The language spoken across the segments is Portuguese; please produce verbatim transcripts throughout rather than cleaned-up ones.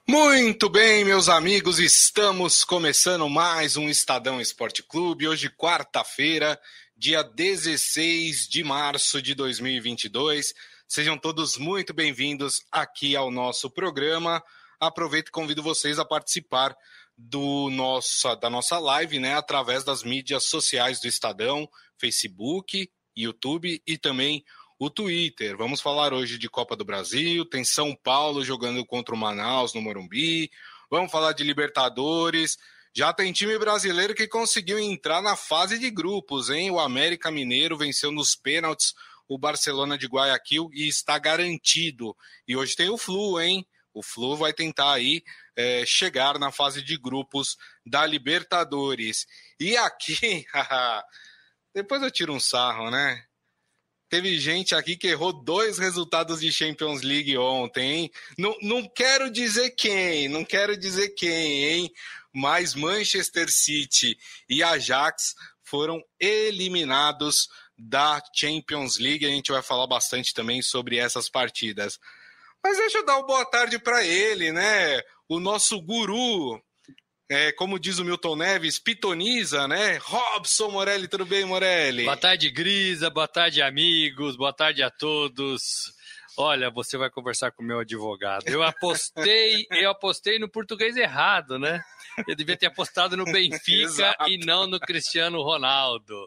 Muito bem, meus amigos, estamos começando mais um Estadão Esporte Clube, hoje quarta-feira, dia dezesseis de março de dois mil e vinte e dois. Sejam todos muito bem-vindos aqui ao nosso programa. Aproveito e convido vocês a participar do nossa, da nossa live, né, através das mídias sociais do Estadão, Facebook, YouTube e também o Twitter. Vamos falar hoje de Copa do Brasil, tem São Paulo jogando contra o Manaus no Morumbi, vamos falar de Libertadores, já tem time brasileiro que conseguiu entrar na fase de grupos, hein? O América Mineiro venceu nos pênaltis o Barcelona de Guayaquil e está garantido. E hoje tem o Flu, hein? O Flu vai tentar aí é, chegar na fase de grupos da Libertadores. E aqui, depois eu tiro um sarro, né? Teve gente aqui que errou dois resultados de Champions League ontem, hein? Não, não quero dizer quem, não quero dizer quem, hein? Mas Manchester City e Ajax foram eliminados da Champions League. A gente vai falar bastante também sobre essas partidas. Mas deixa eu dar uma boa tarde para ele, né? O nosso guru, é, como diz o Milton Neves, pitoniza, né? Robson Morelli, tudo bem, Morelli? Boa tarde, Grisa, boa tarde, amigos, boa tarde a todos. Olha, você vai conversar com o meu advogado. Eu apostei, eu apostei no português errado, né? Eu devia ter apostado no Benfica e não no Cristiano Ronaldo.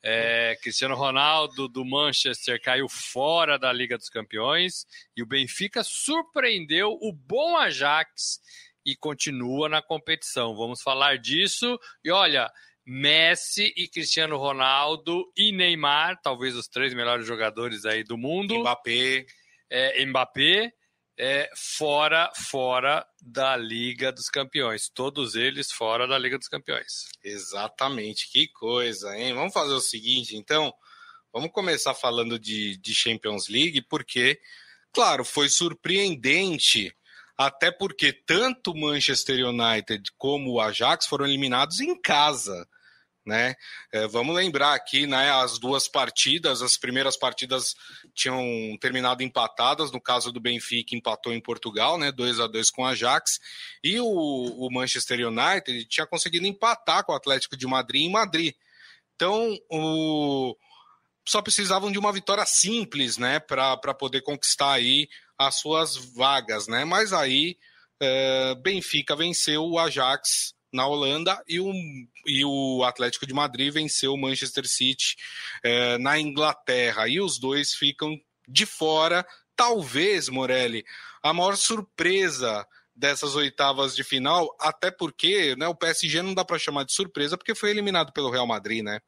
É, Cristiano Ronaldo do Manchester caiu fora da Liga dos Campeões e o Benfica surpreendeu o bom Ajax e continua na competição. Vamos falar disso. E olha, Messi e Cristiano Ronaldo e Neymar, talvez os três melhores jogadores aí do mundo. Mbappé. É, Mbappé, é, fora, fora da Liga dos Campeões. Todos eles fora da Liga dos Campeões. Exatamente, que coisa, hein? Vamos fazer o seguinte, então. Vamos começar falando de, de Champions League, porque, claro, foi surpreendente. Até porque tanto o Manchester United como o Ajax foram eliminados em casa, né? É, vamos lembrar aqui, né, as duas partidas, as primeiras partidas tinham terminado empatadas, no caso do Benfica empatou em Portugal, né, dois a dois com o Ajax, e o, o Manchester United tinha conseguido empatar com o Atlético de Madrid em Madrid. Então, o... só precisavam de uma vitória simples, né, para poder conquistar aí as suas vagas, né? Mas aí é, Benfica venceu o Ajax na Holanda e o, e o Atlético de Madrid venceu o Manchester City é, na Inglaterra. E os dois ficam de fora. Talvez, Morelli, a maior surpresa dessas oitavas de final, até porque, né, o P S G não dá para chamar de surpresa porque foi eliminado pelo Real Madrid, né?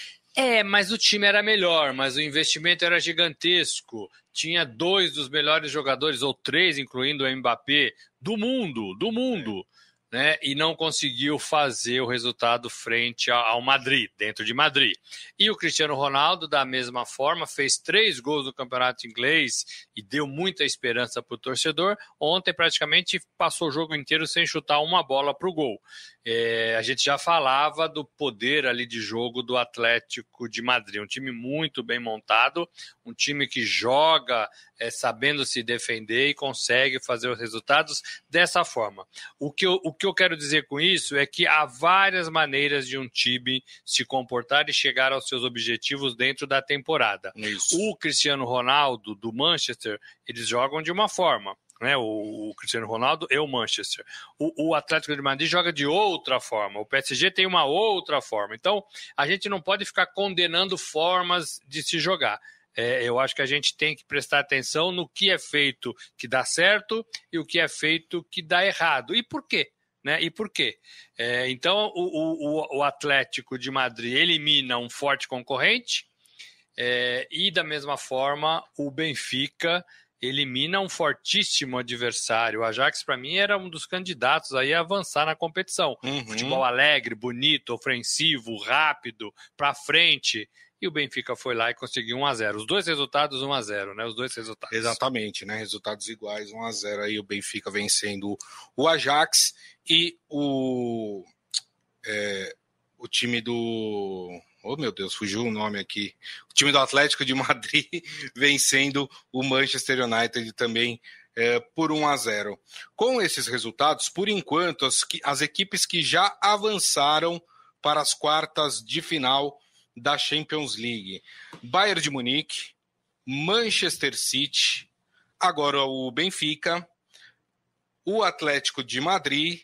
É, mas o time era melhor, mas o investimento era gigantesco. Tinha dois dos melhores jogadores, ou três, incluindo o Mbappé, do mundo, do mundo, né? E não conseguiu fazer o resultado frente ao Madrid, dentro de Madrid. E o Cristiano Ronaldo, da mesma forma, fez três gols no campeonato inglês e deu muita esperança para o torcedor. Ontem, praticamente, passou o jogo inteiro sem chutar uma bola para o gol. É, a gente já falava do poder ali de jogo do Atlético de Madrid, um time muito bem montado, um time que joga é, sabendo se defender e consegue fazer os resultados dessa forma. O que, eu, o que eu quero dizer com isso é que há várias maneiras de um time se comportar e chegar aos seus objetivos dentro da temporada. Isso. O Cristiano Ronaldo do Manchester, eles jogam de uma forma. Né, o, o Cristiano Ronaldo e o Manchester. O, o Atlético de Madrid joga de outra forma. O P S G tem uma outra forma. Então, a gente não pode ficar condenando formas de se jogar. É, eu acho que a gente tem que prestar atenção no que é feito que dá certo e o que é feito que dá errado. E por quê? Né? E por quê? É, então, o, o, o Atlético de Madrid elimina um forte concorrente é, e, da mesma forma, o Benfica elimina um fortíssimo adversário. O Ajax, para mim, era um dos candidatos aí a avançar na competição. Uhum. Futebol alegre, bonito, ofensivo, rápido, para frente. E o Benfica foi lá e conseguiu um a zero. Os dois resultados, um a zero, né? Os dois resultados. Exatamente, né? Resultados iguais, um a zero. Aí o Benfica vencendo o Ajax e o, é, o time do... Oh, meu Deus, fugiu o nome aqui. O time do Atlético de Madrid vencendo o Manchester United também é, por um a zero. Com esses resultados, por enquanto, as, as equipes que já avançaram para as quartas de final da Champions League: Bayern de Munique, Manchester City, agora o Benfica, o Atlético de Madrid,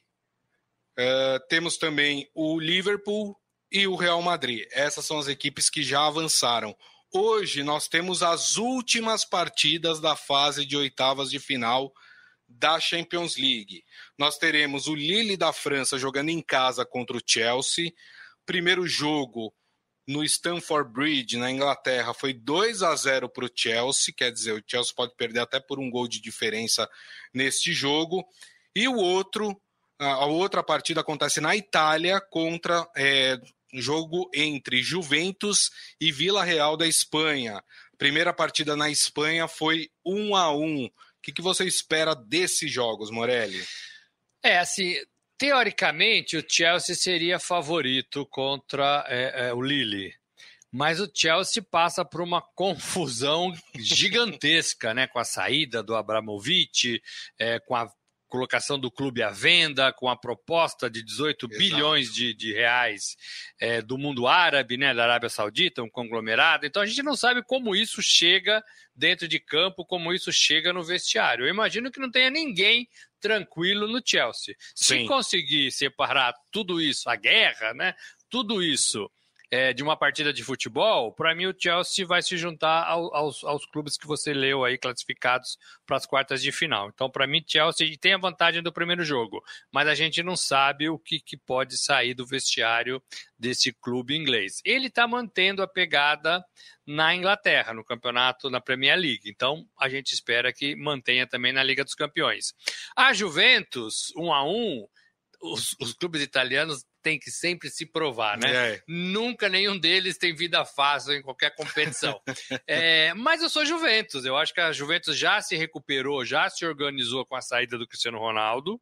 uh, temos também o Liverpool e o Real Madrid. Essas são as equipes que já avançaram. Hoje nós temos as últimas partidas da fase de oitavas de final da Champions League. Nós teremos o Lille da França jogando em casa contra o Chelsea. Primeiro jogo no Stamford Bridge, na Inglaterra, foi dois a zero para o Chelsea, quer dizer, o Chelsea pode perder até por um gol de diferença neste jogo. E o outro, a outra partida acontece na Itália, contra é, jogo entre Juventus e Vila Real da Espanha. A primeira partida na Espanha foi um a um. O que, que você espera desses jogos, Morelli? É, assim, teoricamente o Chelsea seria favorito contra é, é, o Lille, mas o Chelsea passa por uma confusão gigantesca, né, com a saída do Abramovich, é, com a colocação do clube à venda, com a proposta de dezoito Exato. bilhões de, de reais é, do mundo árabe, né, da Arábia Saudita, um conglomerado. Então a gente não sabe como isso chega dentro de campo, como isso chega no vestiário. Eu imagino que não tenha ninguém tranquilo no Chelsea. Se Sim. conseguir separar tudo isso, a guerra, né, tudo isso é, de uma partida de futebol, para mim o Chelsea vai se juntar ao, aos, aos clubes que você leu aí, classificados para as quartas de final. Então, para mim, Chelsea tem a vantagem do primeiro jogo, mas a gente não sabe o que, que pode sair do vestiário desse clube inglês. Ele está mantendo a pegada na Inglaterra, no campeonato, na Premier League. Então, a gente espera que mantenha também na Liga dos Campeões. A Juventus, um a um, os, os clubes italianos tem que sempre se provar, né? É. Nunca nenhum deles tem vida fácil em qualquer competição. é, mas eu sou Juventus. Eu acho que a Juventus já se recuperou, já se organizou com a saída do Cristiano Ronaldo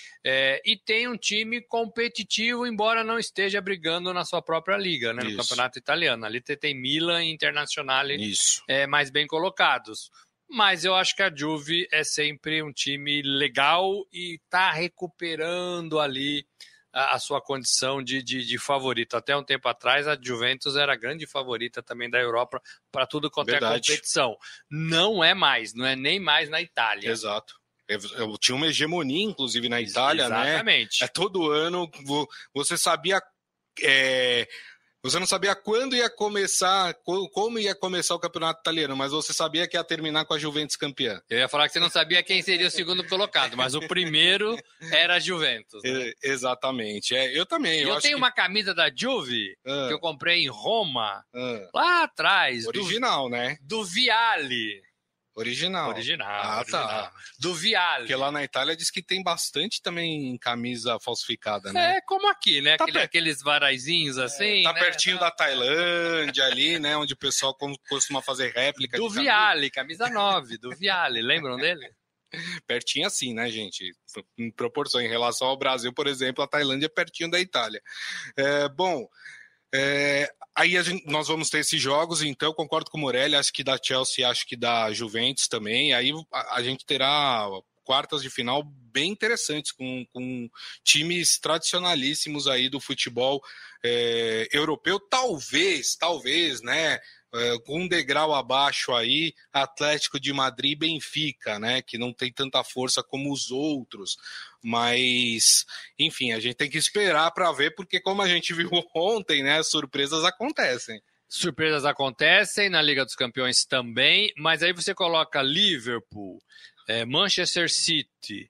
é, e tem um time competitivo, embora não esteja brigando na sua própria liga, né? No campeonato italiano. Ali tem Milan e Internazionale é, mais bem colocados. Mas eu acho que a Juve é sempre um time legal e está recuperando ali a sua condição de, de, de favorito. Até um tempo atrás, a Juventus era a grande favorita também da Europa para tudo quanto é competição. Não é mais, não é nem mais na Itália. Exato. Eu, eu tinha uma hegemonia, inclusive, na Itália, Exatamente. né? Exatamente. É, todo ano você sabia... É... Você não sabia quando ia começar, como ia começar o campeonato italiano, mas você sabia que ia terminar com a Juventus campeã. Eu ia falar que você não sabia quem seria o segundo colocado, mas o primeiro era a Juventus. Né? É, exatamente. É, eu também. Eu, eu tenho acho que... uma camisa da Juve ah. que eu comprei em Roma, ah. lá atrás. Original, do, né? Do Viale. Original. Original. Ah, original. tá. Do Viale. Porque lá na Itália diz que tem bastante também camisa falsificada, né? É, como aqui, né? Tá Aquele, per... Aqueles varaizinhos assim. É, tá né? pertinho tá... da Tailândia ali, né? Onde o pessoal costuma fazer réplica. Do Viale, camisa nove, do Viale. Lembram dele? Pertinho assim, né, gente? Em proporção. Em relação ao Brasil, por exemplo, a Tailândia é pertinho da Itália. É, bom... É, aí a gente, nós vamos ter esses jogos, então concordo com o Morelli, acho que da Chelsea, acho que da Juventus também, aí a, a gente terá quartas de final bem interessantes, com, com times tradicionalíssimos aí do futebol é, europeu, talvez, talvez, né, é, com um degrau abaixo aí, Atlético de Madrid e Benfica, né, que não tem tanta força como os outros, mas, enfim, a gente tem que esperar para ver, porque como a gente viu ontem, né, surpresas acontecem. Surpresas acontecem, na Liga dos Campeões também, mas aí você coloca Liverpool, é, Manchester City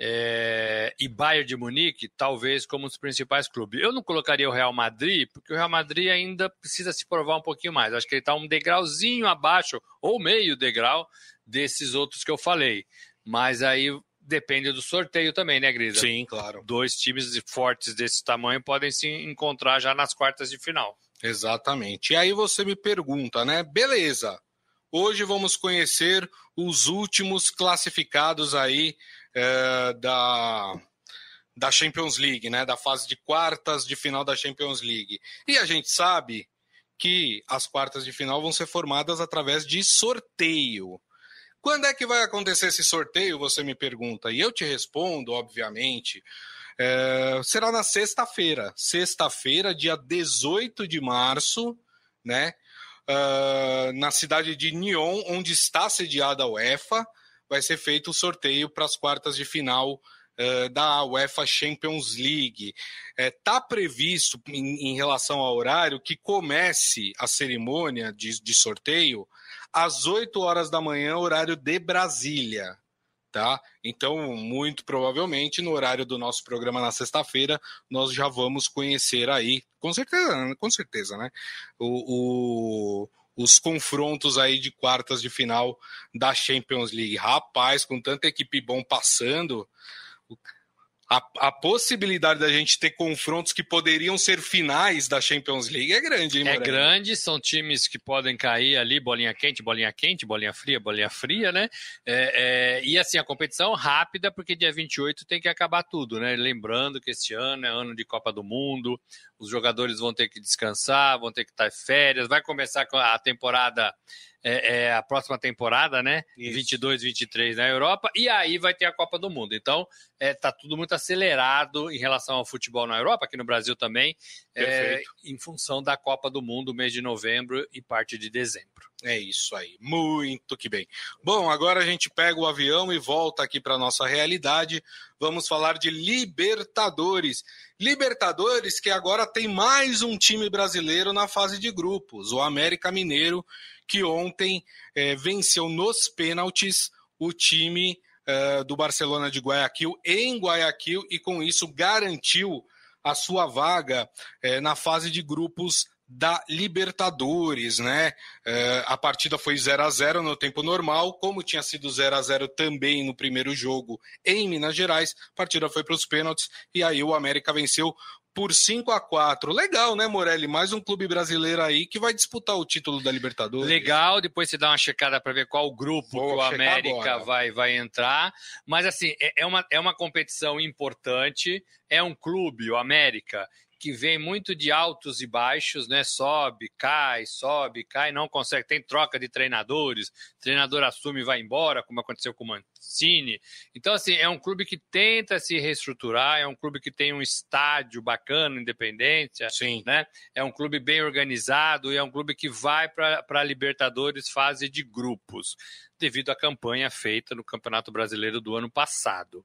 é, e Bayern de Munique, talvez como os principais clubes. Eu não colocaria o Real Madrid, porque o Real Madrid ainda precisa se provar um pouquinho mais. Acho que ele está um degrauzinho abaixo, ou meio degrau, desses outros que eu falei. Mas aí depende do sorteio também, né, Grisa? Sim, claro. Dois times fortes desse tamanho podem se encontrar já nas quartas de final. Exatamente. E aí você me pergunta, né? Beleza, hoje vamos conhecer os últimos classificados aí é, da, da Champions League, né? Da fase de quartas de final da Champions League. E a gente sabe que as quartas de final vão ser formadas através de sorteio. Quando é que vai acontecer esse sorteio, você me pergunta? E eu te respondo, obviamente, é, será na sexta-feira. Sexta-feira, dia dezoito de março, né? Uh, na cidade de Nyon, onde está sediada a UEFA, vai ser feito o sorteio para as quartas de final Uh, da UEFA Champions League. Está uh, previsto, em, em relação ao horário, que comece a cerimônia de, de sorteio às oito horas da manhã, horário de Brasília. Tá? Então, muito provavelmente, no horário do nosso programa na sexta-feira, nós já vamos conhecer aí, com certeza, com certeza, né? O... o... os confrontos aí de quartas de final da Champions League. Rapaz, com tanta equipe bom passando, A, a possibilidade da gente ter confrontos que poderiam ser finais da Champions League é grande, hein, Morelli? É grande, são times que podem cair ali, bolinha quente, bolinha quente, bolinha fria, bolinha fria, né? É, é, e assim, a competição rápida, porque dia vinte e oito tem que acabar tudo, né? Lembrando que esse ano é ano de Copa do Mundo, os jogadores vão ter que descansar, vão ter que estar em férias, vai começar a temporada... É, é a próxima temporada, né? Isso. vinte e dois, vinte e três na Europa, e aí vai ter a Copa do Mundo. Então, é, tá tudo muito acelerado em relação ao futebol na Europa, aqui no Brasil também, é, em função da Copa do Mundo, mês de novembro e parte de dezembro. É isso aí, muito que bem. Bom, agora a gente pega o avião e volta aqui para a nossa realidade. Vamos falar de Libertadores. Libertadores que agora tem mais um time brasileiro na fase de grupos, o América Mineiro, que ontem eh, venceu nos pênaltis o time eh, do Barcelona de Guayaquil em Guayaquil e com isso garantiu a sua vaga eh, na fase de grupos da Libertadores, né? Eh, a partida foi zero a zero no tempo normal, como tinha sido zero a zero também no primeiro jogo em Minas Gerais, a partida foi para os pênaltis e aí o América venceu por cinco a quatro. Legal, né, Morelli? Mais um clube brasileiro aí que vai disputar o título da Libertadores. Legal, depois você dá uma checada para ver qual grupo Vou que o América vai, vai entrar. Mas, assim, é uma, é uma competição importante, é um clube, o América, que vem muito de altos e baixos, né? Sobe, cai, sobe, cai, não consegue. Tem troca de treinadores, treinador assume e vai embora, como aconteceu com o Mancini. Então, assim, é um clube que tenta se reestruturar, é um clube que tem um estádio bacana, Independência, Sim. Né? É um clube bem organizado e é um clube que vai para a Libertadores fase de grupos, devido à campanha feita no Campeonato Brasileiro do ano passado.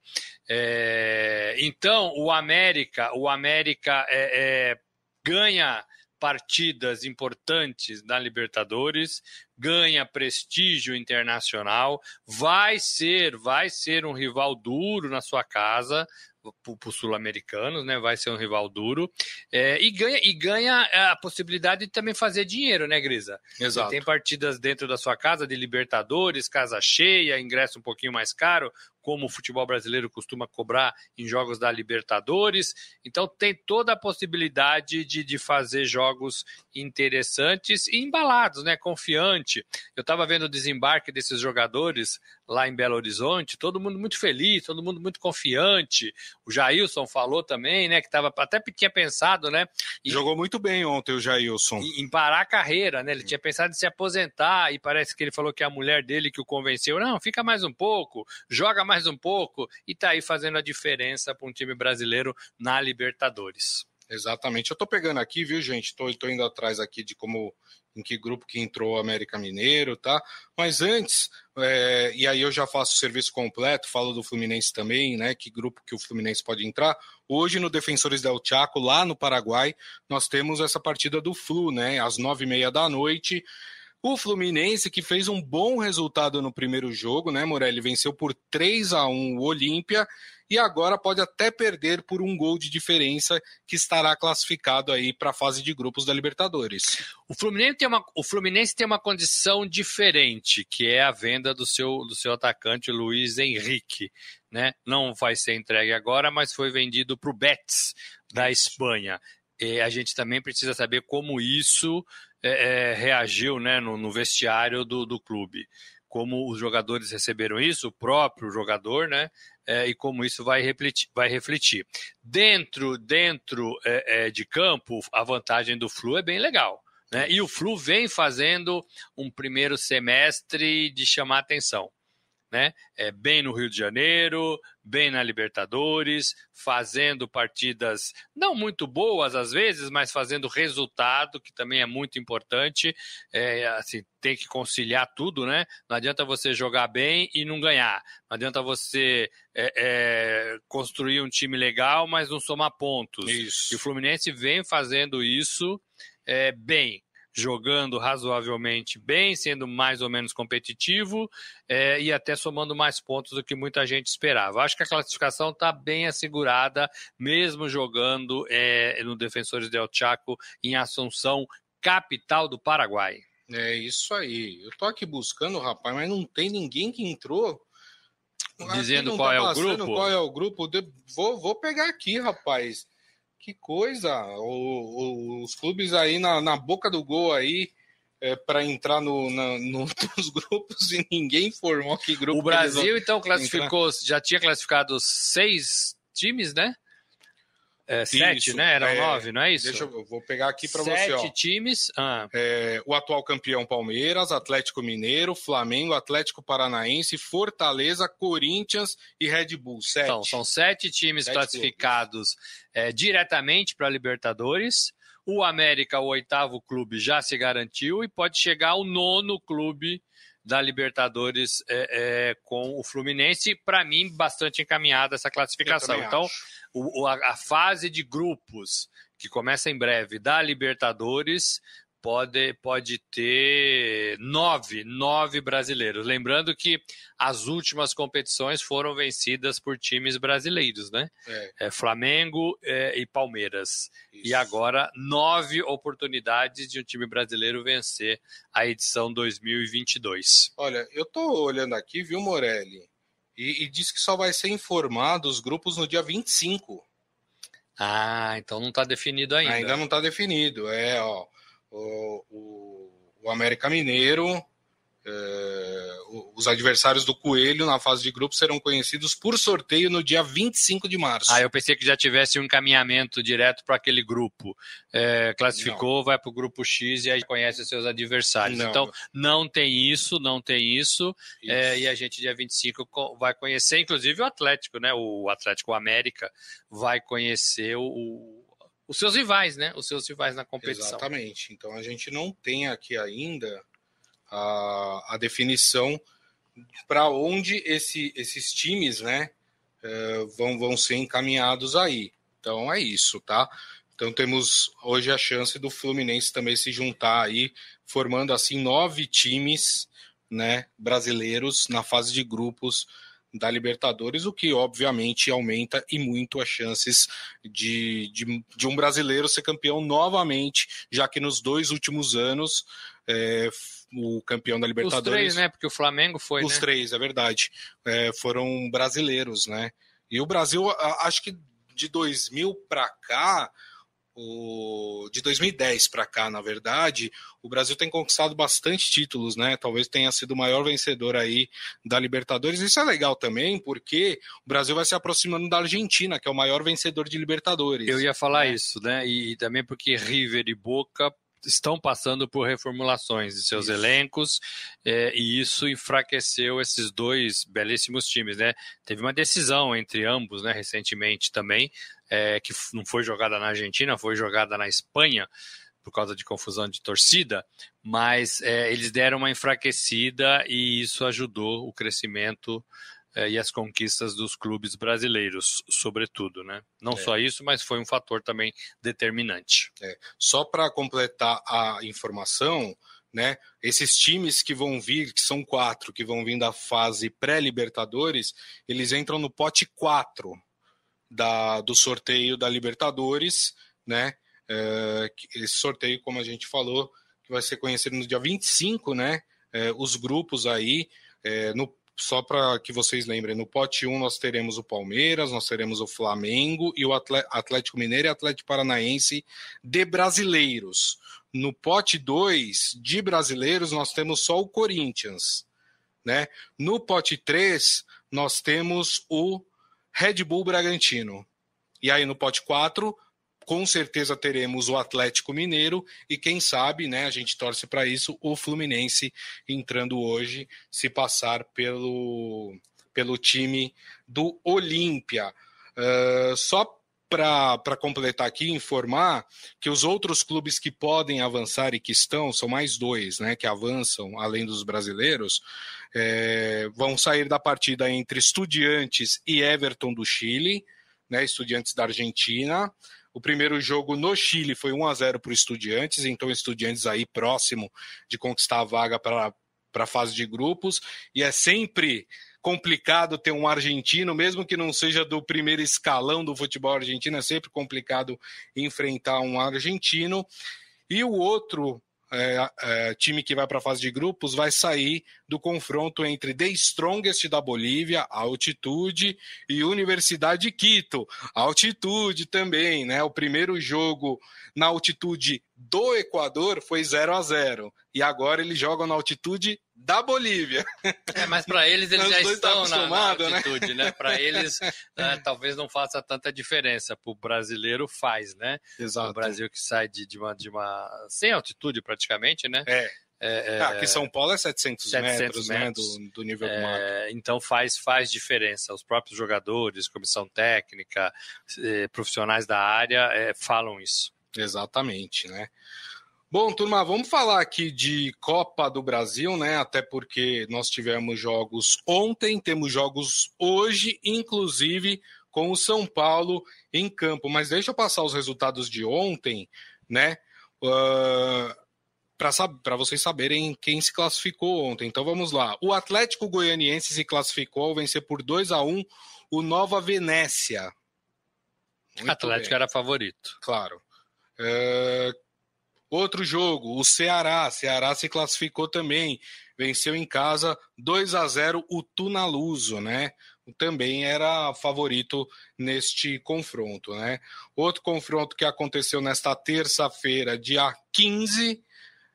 É, então, o América, o América é, é, ganha partidas importantes na Libertadores, ganha prestígio internacional, vai ser, vai ser um rival duro na sua casa, para os sul-americanos, né? Vai ser um rival duro, é, e, ganha, e ganha a possibilidade de também fazer dinheiro, né, Grisa? Exato. Você tem partidas dentro da sua casa de Libertadores, casa cheia, ingresso um pouquinho mais caro, como o futebol brasileiro costuma cobrar em jogos da Libertadores. Então tem toda a possibilidade de, de fazer jogos interessantes e embalados, né? Confiante. Eu estava vendo o desembarque desses jogadores lá em Belo Horizonte, todo mundo muito feliz, todo mundo muito confiante. O Jailson falou também, né? Que tava, até tinha pensado, né? Em, Jogou muito bem ontem o Jailson. Em, em parar a carreira, né? Ele tinha pensado em se aposentar e parece que ele falou que a mulher dele que o convenceu. Não, fica mais um pouco, joga mais um pouco e tá aí fazendo a diferença para um time brasileiro na Libertadores. Exatamente. Eu tô pegando aqui, viu, gente? Tô, tô indo atrás aqui de como, em que grupo que entrou o América Mineiro, tá? Mas antes, é, e aí eu já faço o serviço completo, falo do Fluminense também, né? Que grupo que o Fluminense pode entrar. Hoje no Defensores del Chaco, lá no Paraguai, nós temos essa partida do Flu, né? Às nove e meia da noite. O Fluminense, que fez um bom resultado no primeiro jogo, né, Morelli? Venceu por três a um o Olímpia e agora pode até perder por um gol de diferença, que estará classificado aí para a fase de grupos da Libertadores. O Fluminense tem uma, o Fluminense tem uma condição diferente, que é a venda do seu, do seu atacante Luiz Henrique, né? Não vai ser entregue agora, mas foi vendido para o Betis da Espanha. E a gente também precisa saber como isso é, é, reagiu, né, no, no vestiário do, do clube. Como os jogadores receberam isso, o próprio jogador, né, é, e como isso vai refletir. Vai refletir. Dentro, dentro é, é, de campo, a vantagem do Flu é bem legal, né? E o Flu vem fazendo um primeiro semestre de chamar atenção. né? É, bem no Rio de Janeiro, bem na Libertadores, fazendo partidas não muito boas às vezes, mas fazendo resultado, que também é muito importante. É, assim, tem que conciliar tudo, né? Não adianta você jogar bem e não ganhar. Não adianta você é, é, construir um time legal, mas não somar pontos. Isso. E o Fluminense vem fazendo isso é, bem. Jogando razoavelmente bem, sendo mais ou menos competitivo é, e até somando mais pontos do que muita gente esperava. Acho que a classificação está bem assegurada, mesmo jogando é, no Defensores del Chaco, em Assunção, capital do Paraguai. É isso aí. Eu tô aqui buscando, rapaz, mas não tem ninguém que entrou. Dizendo qual tá é o grupo? Qual é o grupo? Vou, vou pegar aqui, rapaz. Que coisa, o, o, os clubes aí na, na boca do gol aí é, para entrar no, na, no, nos grupos e ninguém informou que grupo. O Brasil então classificou, entrar. Já tinha classificado seis times, né? É, sete, isso, né? Eram é, nove, não é isso? Deixa eu, eu vou pegar aqui para você. Sete ó. times. Ah. É, o atual campeão Palmeiras, Atlético Mineiro, Flamengo, Atlético Paranaense, Fortaleza, Corinthians e Red Bull. Sete. Então, são sete times sete classificados é, diretamente para a Libertadores. O América, o oitavo clube, já se garantiu e pode chegar ao nono clube da Libertadores é, é, com o Fluminense. Para mim, bastante encaminhada essa classificação. Então, o, a, a fase de grupos, que começa em breve, da Libertadores, pode, pode ter nove, nove brasileiros. Lembrando que as últimas competições foram vencidas por times brasileiros, né? É. É, Flamengo é, e Palmeiras. Isso. E agora, nove oportunidades de um time brasileiro vencer a edição dois mil e vinte e dois. Olha, eu tô olhando aqui, viu, Morelli? E, e diz que só vai ser informado os grupos no dia vinte e cinco. Ah, então não está definido ainda. Ainda não está definido. É, ó. O, o, o América Mineiro, é, os adversários do Coelho na fase de grupos serão conhecidos por sorteio no dia vinte e cinco de março. Ah, eu pensei que já tivesse um encaminhamento direto para aquele grupo. É, classificou, não. Vai para o grupo X e aí conhece os seus adversários. Não. Então, não tem isso, não tem isso. isso. É, e a gente, dia vinte e cinco, vai conhecer, inclusive, o Atlético, né? O Atlético América vai conhecer o os seus rivais, né? Os seus rivais na competição. Exatamente. Então a gente não tem aqui ainda a, a definição para onde esse, esses times, né, uh, vão, vão ser encaminhados aí. Então é isso, tá? Então temos hoje a chance do Fluminense também se juntar aí, formando assim nove times, né, brasileiros na fase de grupos da Libertadores, o que obviamente aumenta e muito as chances de, de, de um brasileiro ser campeão novamente, já que nos dois últimos anos é, o campeão da Libertadores... Os três, né? Porque o Flamengo foi, Os né? três, é verdade. É, foram brasileiros, né? E o Brasil, acho que de dois mil para cá, O, de dois mil e dez para cá, na verdade, o Brasil tem conquistado bastante títulos, né? Talvez tenha sido o maior vencedor aí da Libertadores. Isso é legal também, porque o Brasil vai se aproximando da Argentina, que é o maior vencedor de Libertadores. Eu ia falar né? isso, né? E, e também porque River e Boca estão passando por reformulações de seus isso. elencos, é, e isso enfraqueceu esses dois belíssimos times, né? Teve uma decisão entre ambos, né, recentemente também, é, que não foi jogada na Argentina, foi jogada na Espanha, por causa de confusão de torcida, mas é, eles deram uma enfraquecida e isso ajudou o crescimento é, e as conquistas dos clubes brasileiros, sobretudo, né? Não é. só isso, mas foi um fator também determinante. É. Só para completar a informação, né? Esses times que vão vir, que são quatro, que vão vir da fase pré-Libertadores, eles entram no pote quatro da, do sorteio da Libertadores, né? É, esse sorteio, como a gente falou, que vai ser conhecido no dia vinte e cinco, né? É, os grupos aí, é, no só para que vocês lembrem, no pote um nós teremos o Palmeiras, nós teremos o Flamengo e o Atlético Mineiro e Atlético Paranaense de brasileiros. No pote dois de brasileiros nós temos só o Corinthians, né? No pote três nós temos o Red Bull Bragantino. E aí no pote quatro com certeza teremos o Atlético Mineiro e quem sabe, né, a gente torce para isso, o Fluminense entrando hoje, se passar pelo, pelo time do Olímpia. Uh, só para completar aqui, informar que os outros clubes que podem avançar e que estão, são mais dois, né, que avançam, além dos brasileiros, é, vão sair da partida entre Estudiantes e Everton do Chile, né, Estudiantes da Argentina. O primeiro jogo no Chile foi um a zero para o Estudiantes, então Estudiantes aí próximo de conquistar a vaga para a fase de grupos, e é sempre complicado ter um argentino, mesmo que não seja do primeiro escalão do futebol argentino, é sempre complicado enfrentar um argentino. E o outro é, é, time que vai para a fase de grupos vai sair do confronto entre The Strongest da Bolívia, Altitude, e Universidade de Quito, Altitude também, né? O primeiro jogo na Altitude do Equador foi zero a zero, e agora eles jogam na Altitude da Bolívia. É, mas para eles, eles já estão na, na altitude, né? né? Para eles, né, talvez não faça tanta diferença. Para o brasileiro faz, né? Exato. O Brasil que sai de, de, uma, de uma... sem altitude praticamente, né? É. É, é, aqui em São Paulo é setecentos, setecentos metros, né, do, do nível é, do mar. Então faz, faz diferença. Os próprios jogadores, comissão técnica, eh, profissionais da área eh, falam isso. Exatamente, né? Bom, turma, vamos falar aqui de Copa do Brasil, né? Até porque nós tivemos jogos ontem, temos jogos hoje, inclusive com o São Paulo em campo. Mas deixa eu passar os resultados de ontem, né? Uh, para vocês saberem quem se classificou ontem. Então vamos lá. O Atlético Goianiense se classificou ao vencer por dois a um o Nova Venécia. O Atlético bem. Era favorito. Claro. Uh, Outro jogo, o Ceará. Ceará se classificou também. Venceu em casa dois a zero o Tunaluso, né? Também era favorito neste confronto, né? Outro confronto que aconteceu nesta terça-feira, dia quinze.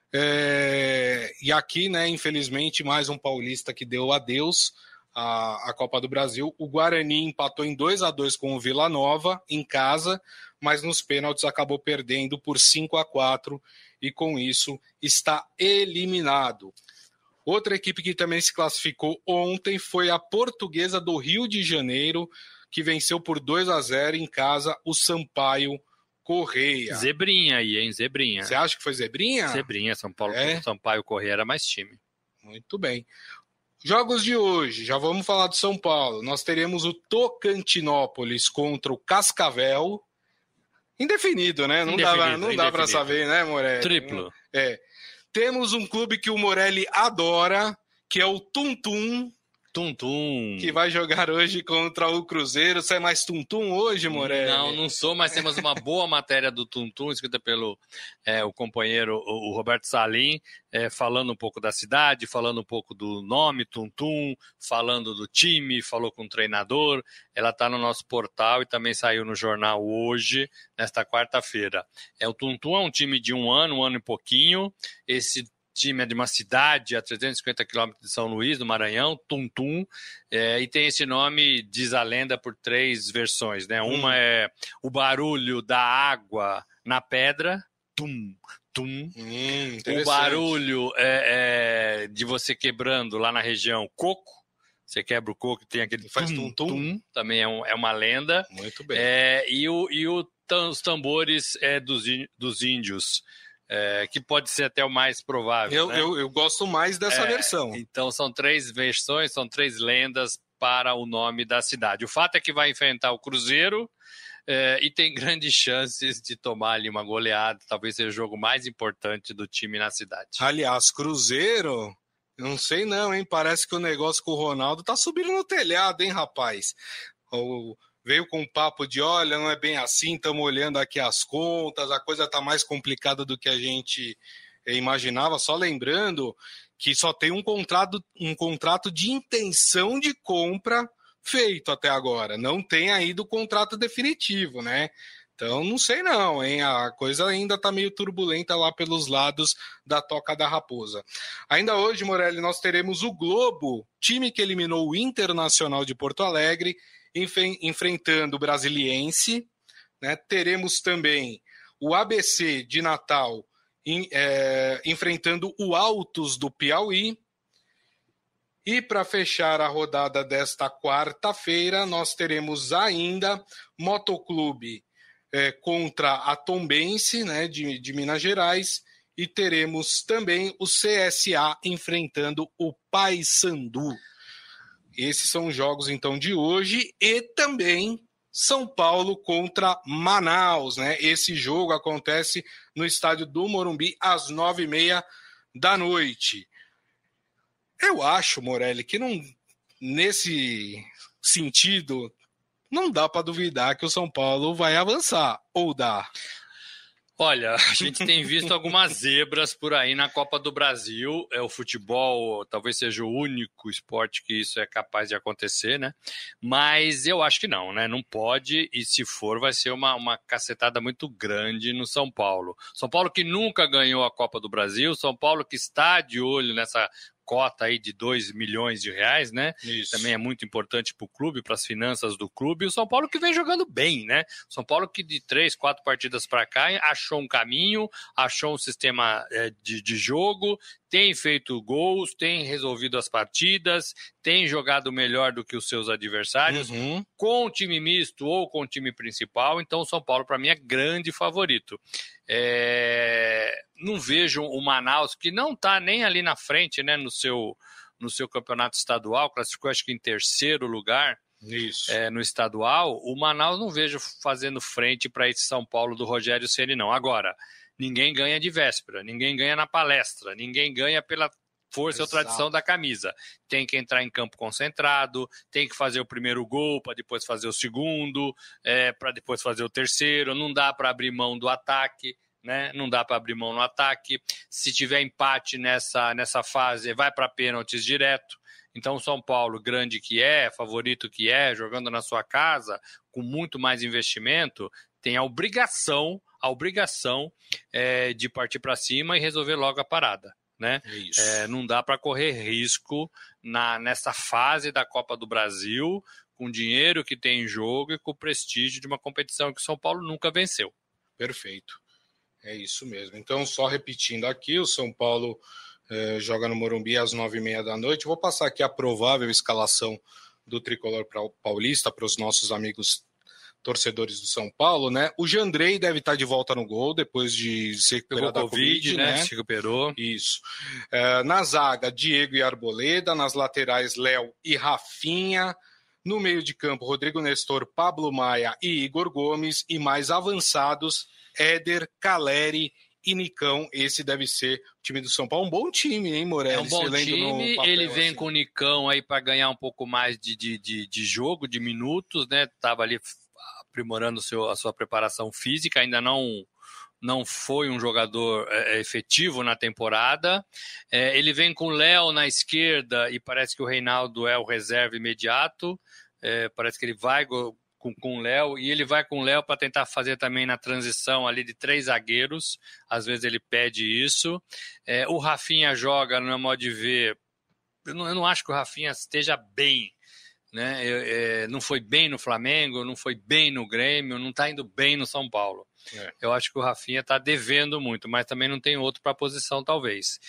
É... E aqui, né, infelizmente, mais um paulista que deu adeus à, à Copa do Brasil. O Guarani empatou em dois a dois com o Vila Nova, em casa, mas nos pênaltis acabou perdendo por cinco a quatro e com isso está eliminado. Outra equipe que também se classificou ontem foi a Portuguesa do Rio de Janeiro, que venceu por dois a zero em casa o Sampaio Correia. Zebrinha aí, hein? Zebrinha. Você acha que foi zebrinha? Zebrinha, São Paulo, é? Sampaio Correia era mais time. Muito bem. Jogos de hoje, já vamos falar do São Paulo. Nós teremos o Tocantinópolis contra o Cascavel. Indefinido, né? Não indefinido, dá, não dá para saber, né, Morelli? Triplo. É. Temos um clube que o Morelli adora, que é o Tum Tum. Tum Tum. Que vai jogar hoje contra o Cruzeiro. Você é mais Tum Tum hoje, Morelli? Não, não sou, mas temos uma boa matéria do Tum Tum, escrita pelo é, o companheiro, o, o Roberto Salim, é, falando um pouco da cidade, falando um pouco do nome Tum Tum, falando do time, falou com o treinador. Ela está no nosso portal e também saiu no jornal hoje, nesta quarta-feira. É, o Tum Tum é um time de um ano, um ano e pouquinho. Esse time é de uma cidade a trezentos e cinquenta quilômetros de São Luís, no Maranhão, Tum Tum, é, e tem esse nome, diz a lenda, por três versões, né? Uma hum. é o barulho da água na pedra, tum, tum. Hum, o barulho é, é, de você quebrando lá na região coco, você quebra o coco e tem aquele faz tum, tum, tum, também é, um, é uma lenda. Muito bem. É, e o, e o, os tambores é, dos, dos índios, É, que pode ser até o mais provável. Eu, né? eu, eu gosto mais dessa é, versão. Então são três versões, são três lendas para o nome da cidade. O fato é que vai enfrentar o Cruzeiro é, e tem grandes chances de tomar ali uma goleada, talvez seja o jogo mais importante do time na cidade. Aliás, Cruzeiro, não sei não, hein? Parece que o negócio com o Ronaldo tá subindo no telhado, hein, rapaz? O... Veio com um papo de, olha, não é bem assim, estamos olhando aqui as contas, a coisa está mais complicada do que a gente imaginava. Só lembrando que só tem um contrato, um contrato de intenção de compra feito até agora. Não tem ainda o contrato definitivo, né? Então, não sei não, hein? A coisa ainda está meio turbulenta lá pelos lados da Toca da Raposa. Ainda hoje, Morelli, nós teremos o Globo, time que eliminou o Internacional de Porto Alegre, enfrentando o Brasiliense, né? Teremos também o A B C de Natal em, é, enfrentando o Altos do Piauí. E para fechar a rodada desta quarta-feira, nós teremos ainda Motoclube é, contra a Tombense, né, de, de Minas Gerais, e teremos também o C S A enfrentando o Paysandu. Esses são os jogos, então, de hoje, e também São Paulo contra Manaus, né? Esse jogo acontece no estádio do Morumbi às nove e meia da noite. Eu acho, Morelli, que não, nesse sentido, não dá para duvidar que o São Paulo vai avançar, ou dá? Olha, a gente tem visto algumas zebras por aí na Copa do Brasil. É, o futebol talvez seja o único esporte que isso é capaz de acontecer, né? Mas eu acho que não, né? Não pode, e se for, vai ser uma, uma cacetada muito grande no São Paulo. São Paulo que nunca ganhou a Copa do Brasil, São Paulo que está de olho nessa cota aí de dois milhões de reais, né? Isso. Também é muito importante para o clube, para as finanças do clube. E o São Paulo que vem jogando bem, né? São Paulo que de três, quatro partidas para cá achou um caminho, achou um sistema é, de, de jogo, tem feito gols, tem resolvido as partidas, tem jogado melhor do que os seus adversários, uhum. com o time misto ou com o time principal. Então o São Paulo, para mim, é grande favorito. É... Não vejo o Manaus, que não está nem ali na frente, né, no seu, no seu campeonato estadual, classificou acho que em terceiro lugar. Isso. É, no estadual. O Manaus não vejo fazendo frente para esse São Paulo do Rogério Ceni, não. Agora, ninguém ganha de véspera, ninguém ganha na palestra, ninguém ganha pela força Exato. Ou tradição da camisa. Tem que entrar em campo concentrado, tem que fazer o primeiro gol para depois fazer o segundo, é, para depois fazer o terceiro. Não dá para abrir mão do ataque, né? Não dá para abrir mão no ataque. Se tiver empate nessa, nessa fase, vai para pênaltis direto. Então o São Paulo, grande que é, favorito que é, jogando na sua casa, com muito mais investimento, tem a obrigação, a obrigação é, de partir para cima e resolver logo a parada. Né? É, não dá para correr risco na, nessa fase da Copa do Brasil, com o dinheiro que tem em jogo e com o prestígio de uma competição que o São Paulo nunca venceu. Perfeito, é isso mesmo. Então, só repetindo aqui, o São Paulo eh, joga no Morumbi às nove e meia da noite. Vou passar aqui a provável escalação do Tricolor Paulista para os nossos amigos torcedores do São Paulo, né? O Jandrei deve estar de volta no gol depois de se recuperar da Covid, né? né? Se recuperou. Isso. É, na zaga, Diego e Arboleda. Nas laterais, Léo e Rafinha. No meio de campo, Rodrigo Nestor, Pablo Maia e Igor Gomes. E mais avançados, Éder, Caleri e Nicão. Esse deve ser o time do São Paulo. Um bom time, hein, Morelli? É um bom time. Papel, ele vem assim. Com o Nicão aí para ganhar um pouco mais de, de, de, de jogo, de minutos, né? Tava ali aprimorando seu, a sua preparação física, ainda não, não foi um jogador é, efetivo na temporada. É, ele vem com o Léo na esquerda e parece que o Reinaldo é o reserva imediato. É, parece que ele vai com, com o Léo e ele vai com o Léo para tentar fazer também na transição ali de três zagueiros. Às vezes ele pede isso. É, o Rafinha joga, no meu modo de ver, eu não, eu não acho que o Rafinha esteja bem. Né? É, não foi bem no Flamengo, não foi bem no Grêmio, não está indo bem no São Paulo. É. Eu acho que o Rafinha está devendo muito, mas também não tem outro para a posição, talvez.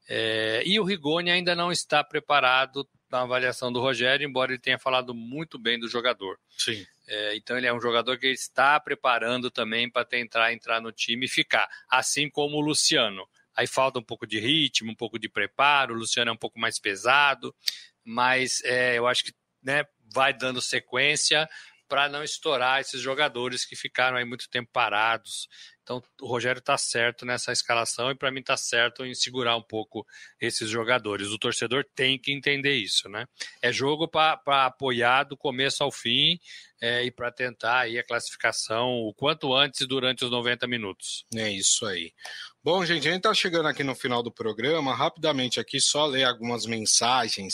É, e o Rigoni ainda não está preparado na avaliação do Rogério, embora ele tenha falado muito bem do jogador. Sim. É, então ele é um jogador que ele está preparando também para tentar entrar no time e ficar, assim como o Luciano. Aí falta um pouco de ritmo, um pouco de preparo, o Luciano é um pouco mais pesado, mas é, eu acho que né, vai dando sequência para não estourar esses jogadores que ficaram aí muito tempo parados. Então o Rogério está certo nessa escalação e para mim está certo em segurar um pouco esses jogadores. O torcedor tem que entender isso, né? É jogo para apoiar do começo ao fim é, e para tentar aí a classificação o quanto antes durante os noventa minutos. É isso aí. Bom, gente, a gente está chegando aqui no final do programa. Rapidamente aqui, só ler algumas mensagens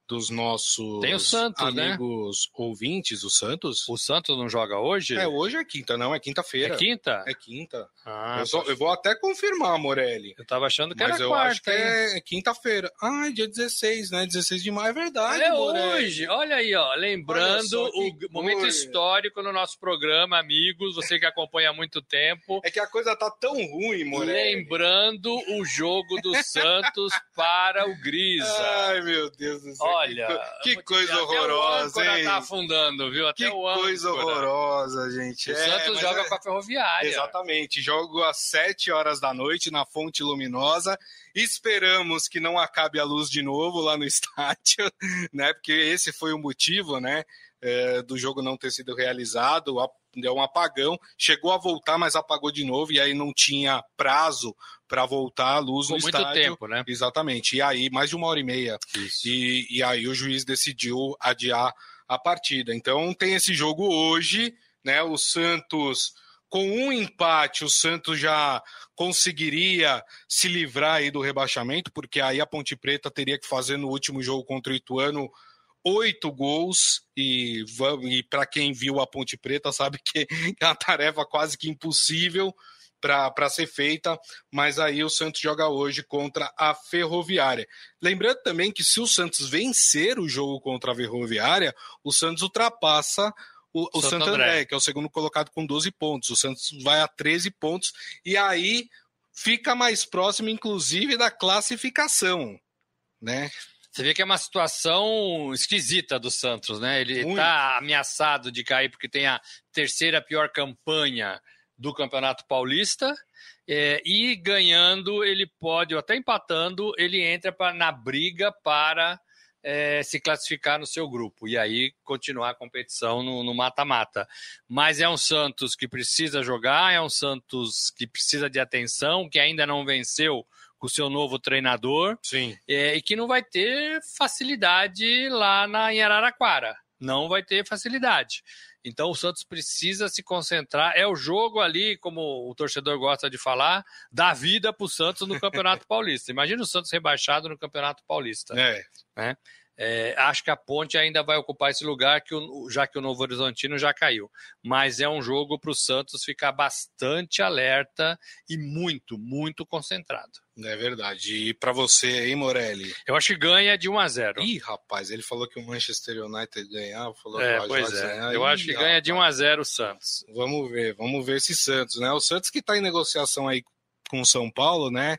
dos nossos Tem o Santos, amigos né? ouvintes, o Santos. O Santos não joga hoje? É, hoje é quinta, não, é quinta-feira. É quinta? É quinta. Ah, eu, só, eu vou até confirmar, Morelli. Eu tava achando que Mas era eu quarta. acho que é, é quinta-feira. Ah, é dia dezesseis, né? dezesseis de maio, é verdade, É Morelli. hoje. Olha aí, ó. Lembrando só, o momento coisa. histórico no nosso programa, amigos. Você que acompanha há muito tempo. É que a coisa tá tão ruim, Morelli. Lembrando o jogo do Santos para o Grisa. Ai, meu Deus do céu. Olha, que, que coisa horrorosa, até o hein? tá afundando, viu? Até que o coisa horrorosa, gente. O é, Santos joga é... com a Ferroviária. Exatamente. Jogo às sete horas da noite na Fonte Luminosa. Esperamos que não acabe a luz de novo lá no estádio, né? Porque esse foi o motivo, né? É, do jogo não ter sido realizado. Deu um apagão. Chegou a voltar, mas apagou de novo. E aí não tinha prazo para voltar a luz Por no muito estádio. tempo, né? Exatamente. E aí, mais de uma hora e meia. Isso. E, e aí o juiz decidiu adiar a partida. Então tem esse jogo hoje, né? O Santos, com um empate, o Santos já conseguiria se livrar aí do rebaixamento, porque aí a Ponte Preta teria que fazer no último jogo contra o Ituano oito gols, e, e para quem viu a Ponte Preta sabe que é uma tarefa quase que impossível para ser feita, mas aí o Santos joga hoje contra a Ferroviária. Lembrando também que se o Santos vencer o jogo contra a Ferroviária, o Santos ultrapassa o, o Santo André, André, que é o segundo colocado com doze pontos. O Santos vai a treze pontos e aí fica mais próximo, inclusive, da classificação, né? Você vê que é uma situação esquisita do Santos, né? Ele está ameaçado de cair porque tem a terceira pior campanha do Campeonato Paulista, é, e ganhando ele pode, ou até empatando, ele entra pra, na briga para é, se classificar no seu grupo e aí continuar a competição no mata-mata. Mas é um Santos que precisa jogar, é um Santos que precisa de atenção, que ainda não venceu com o seu novo treinador. Sim. É, e que não vai ter facilidade lá na, em Araraquara. Não vai ter facilidade. Então o Santos precisa se concentrar. É o jogo ali, como o torcedor gosta de falar, da vida para o Santos no Campeonato Paulista. Imagina o Santos rebaixado no Campeonato Paulista. É. Né? É, acho que a Ponte ainda vai ocupar esse lugar, que o, já que o Novo Horizontino já caiu. Mas é um jogo para o Santos ficar bastante alerta e muito, muito concentrado. É verdade. E para você, hein, Morelli? Eu acho que ganha de um a zero. Ih, rapaz, ele falou que o Manchester United ganhar. Falou é, que o pois é. ganhar. Eu Ih, acho que rapaz. ganha de um a zero o Santos. Vamos ver, vamos ver esse Santos, né? O Santos que está em negociação aí com o São Paulo, né?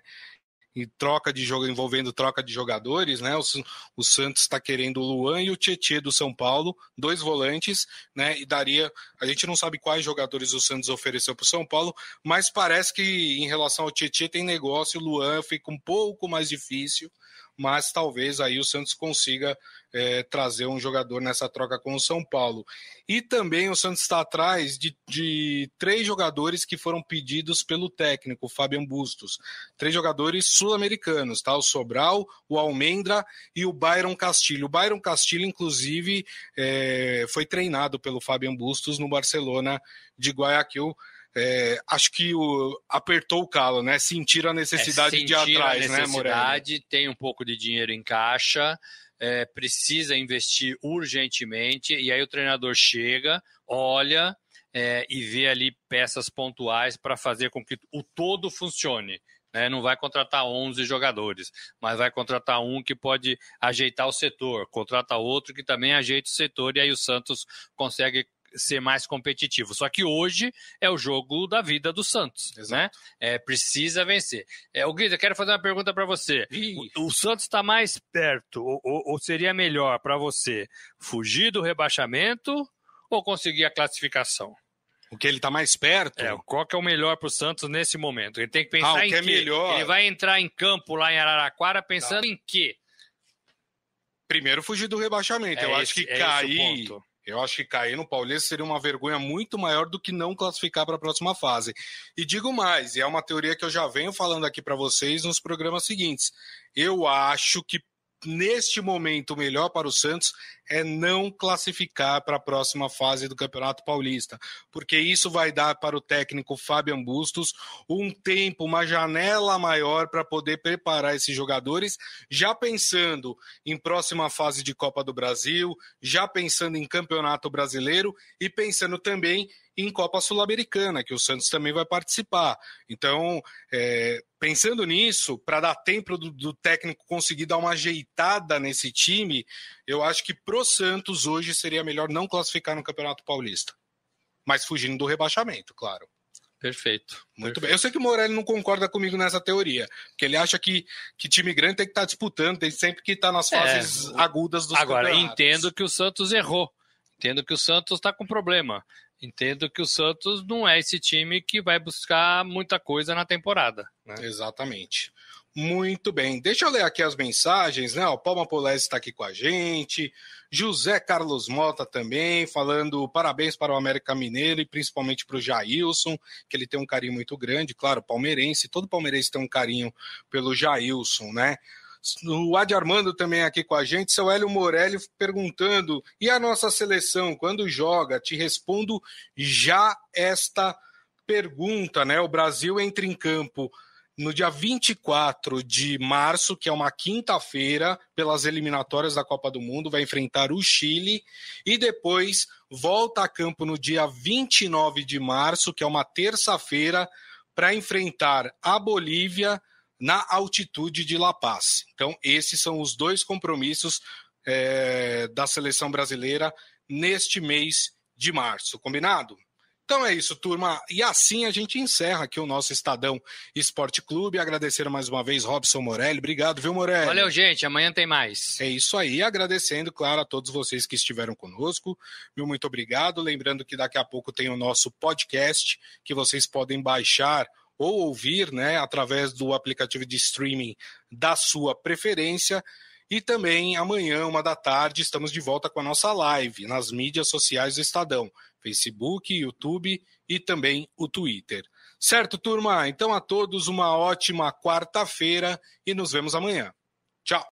E troca de jogo, envolvendo troca de jogadores, né? O, o Santos está querendo o Luan e o Tietê do São Paulo, dois volantes, né? E daria, a gente não sabe quais jogadores o Santos ofereceu para o São Paulo, mas parece que em relação ao Tietê tem negócio, o Luan fica um pouco mais difícil, mas talvez aí o Santos consiga é, trazer um jogador nessa troca com o São Paulo. E também o Santos está atrás de, de três jogadores que foram pedidos pelo técnico, Fabian Bustos. Três jogadores sul-americanos, tá? O Sobral, o Almendra e o Byron Castilho. O Byron Castilho, inclusive, é, foi treinado pelo Fabian Bustos no Barcelona de Guayaquil. É, acho que o, apertou o calo, né? Sentiram a necessidade é, de ir atrás, né, Morelli? Tem um pouco de dinheiro em caixa, é, precisa investir urgentemente, e aí o treinador chega, olha é, e vê ali peças pontuais para fazer com que o todo funcione. Né? Não vai contratar onze jogadores, mas vai contratar um que pode ajeitar o setor, contrata outro que também ajeita o setor, e aí o Santos consegue ser mais competitivo. Só que hoje é o jogo da vida do Santos, né? É, precisa vencer. É, o Guido, eu quero fazer uma pergunta para você. O, o Santos está mais perto, ou, ou seria melhor para você fugir do rebaixamento ou conseguir a classificação? O que ele está mais perto? É, qual que é o melhor para o Santos nesse momento? Ele tem que pensar ah, o em que é quê? Melhor. Ele vai entrar em campo lá em Araraquara pensando tá. em quê? Primeiro fugir do rebaixamento. É eu esse, acho que é cair... Eu acho que cair no Paulista seria uma vergonha muito maior do que não classificar para a próxima fase. E digo mais, e é uma teoria que eu já venho falando aqui para vocês nos programas seguintes. Eu acho que neste momento, o melhor para o Santos é não classificar para a próxima fase do Campeonato Paulista, porque isso vai dar para o técnico Fábio Bustos um tempo, uma janela maior para poder preparar esses jogadores, já pensando em próxima fase de Copa do Brasil, já pensando em Campeonato Brasileiro e pensando também em Copa Sul-Americana, que o Santos também vai participar. Então, é, pensando nisso, para dar tempo do, do técnico conseguir dar uma ajeitada nesse time, eu acho que pro Santos hoje seria melhor não classificar no Campeonato Paulista. Mas fugindo do rebaixamento, claro. Perfeito. Muito Perfeito. bem. Eu sei que o Morelli não concorda comigo nessa teoria, porque ele acha que, que time grande tem que estar disputando, tem sempre que estar nas fases é, agudas dos agora, campeonatos. Agora, entendo que o Santos errou. Entendo que o Santos está com problema. Entendo que o Santos não é esse time que vai buscar muita coisa na temporada. Né? Exatamente. Muito bem. Deixa eu ler aqui as mensagens, né? O Palma Polese está aqui com a gente. José Carlos Mota também, falando parabéns para o América Mineiro e principalmente para o Jailson, que ele tem um carinho muito grande, claro, palmeirense. Todo palmeirense tem um carinho pelo Jailson, né? O Adi Armando também aqui com a gente, seu Hélio Morelli perguntando, e a nossa seleção, quando joga? Te respondo já esta pergunta, né? O Brasil entra em campo no dia vinte e quatro de março, que é uma quinta-feira, pelas eliminatórias da Copa do Mundo, vai enfrentar o Chile, e depois volta a campo no dia vinte e nove de março, que é uma terça-feira, para enfrentar a Bolívia na altitude de La Paz. Então, esses são os dois compromissos é, da seleção brasileira neste mês de março. Combinado? Então é isso, turma. E assim a gente encerra aqui o nosso Estadão Esporte Clube. Agradecer mais uma vez Robson Morelli. Obrigado, viu, Morelli? Valeu, gente. Amanhã tem mais. É isso aí. Agradecendo, claro, a todos vocês que estiveram conosco. Meu muito obrigado. Lembrando que daqui a pouco tem o nosso podcast, que vocês podem baixar ou ouvir, né, através do aplicativo de streaming da sua preferência. E também amanhã, uma da tarde, estamos de volta com a nossa live nas mídias sociais do Estadão, Facebook, YouTube e também o Twitter. Certo, turma? Então a todos uma ótima quarta-feira e nos vemos amanhã. Tchau!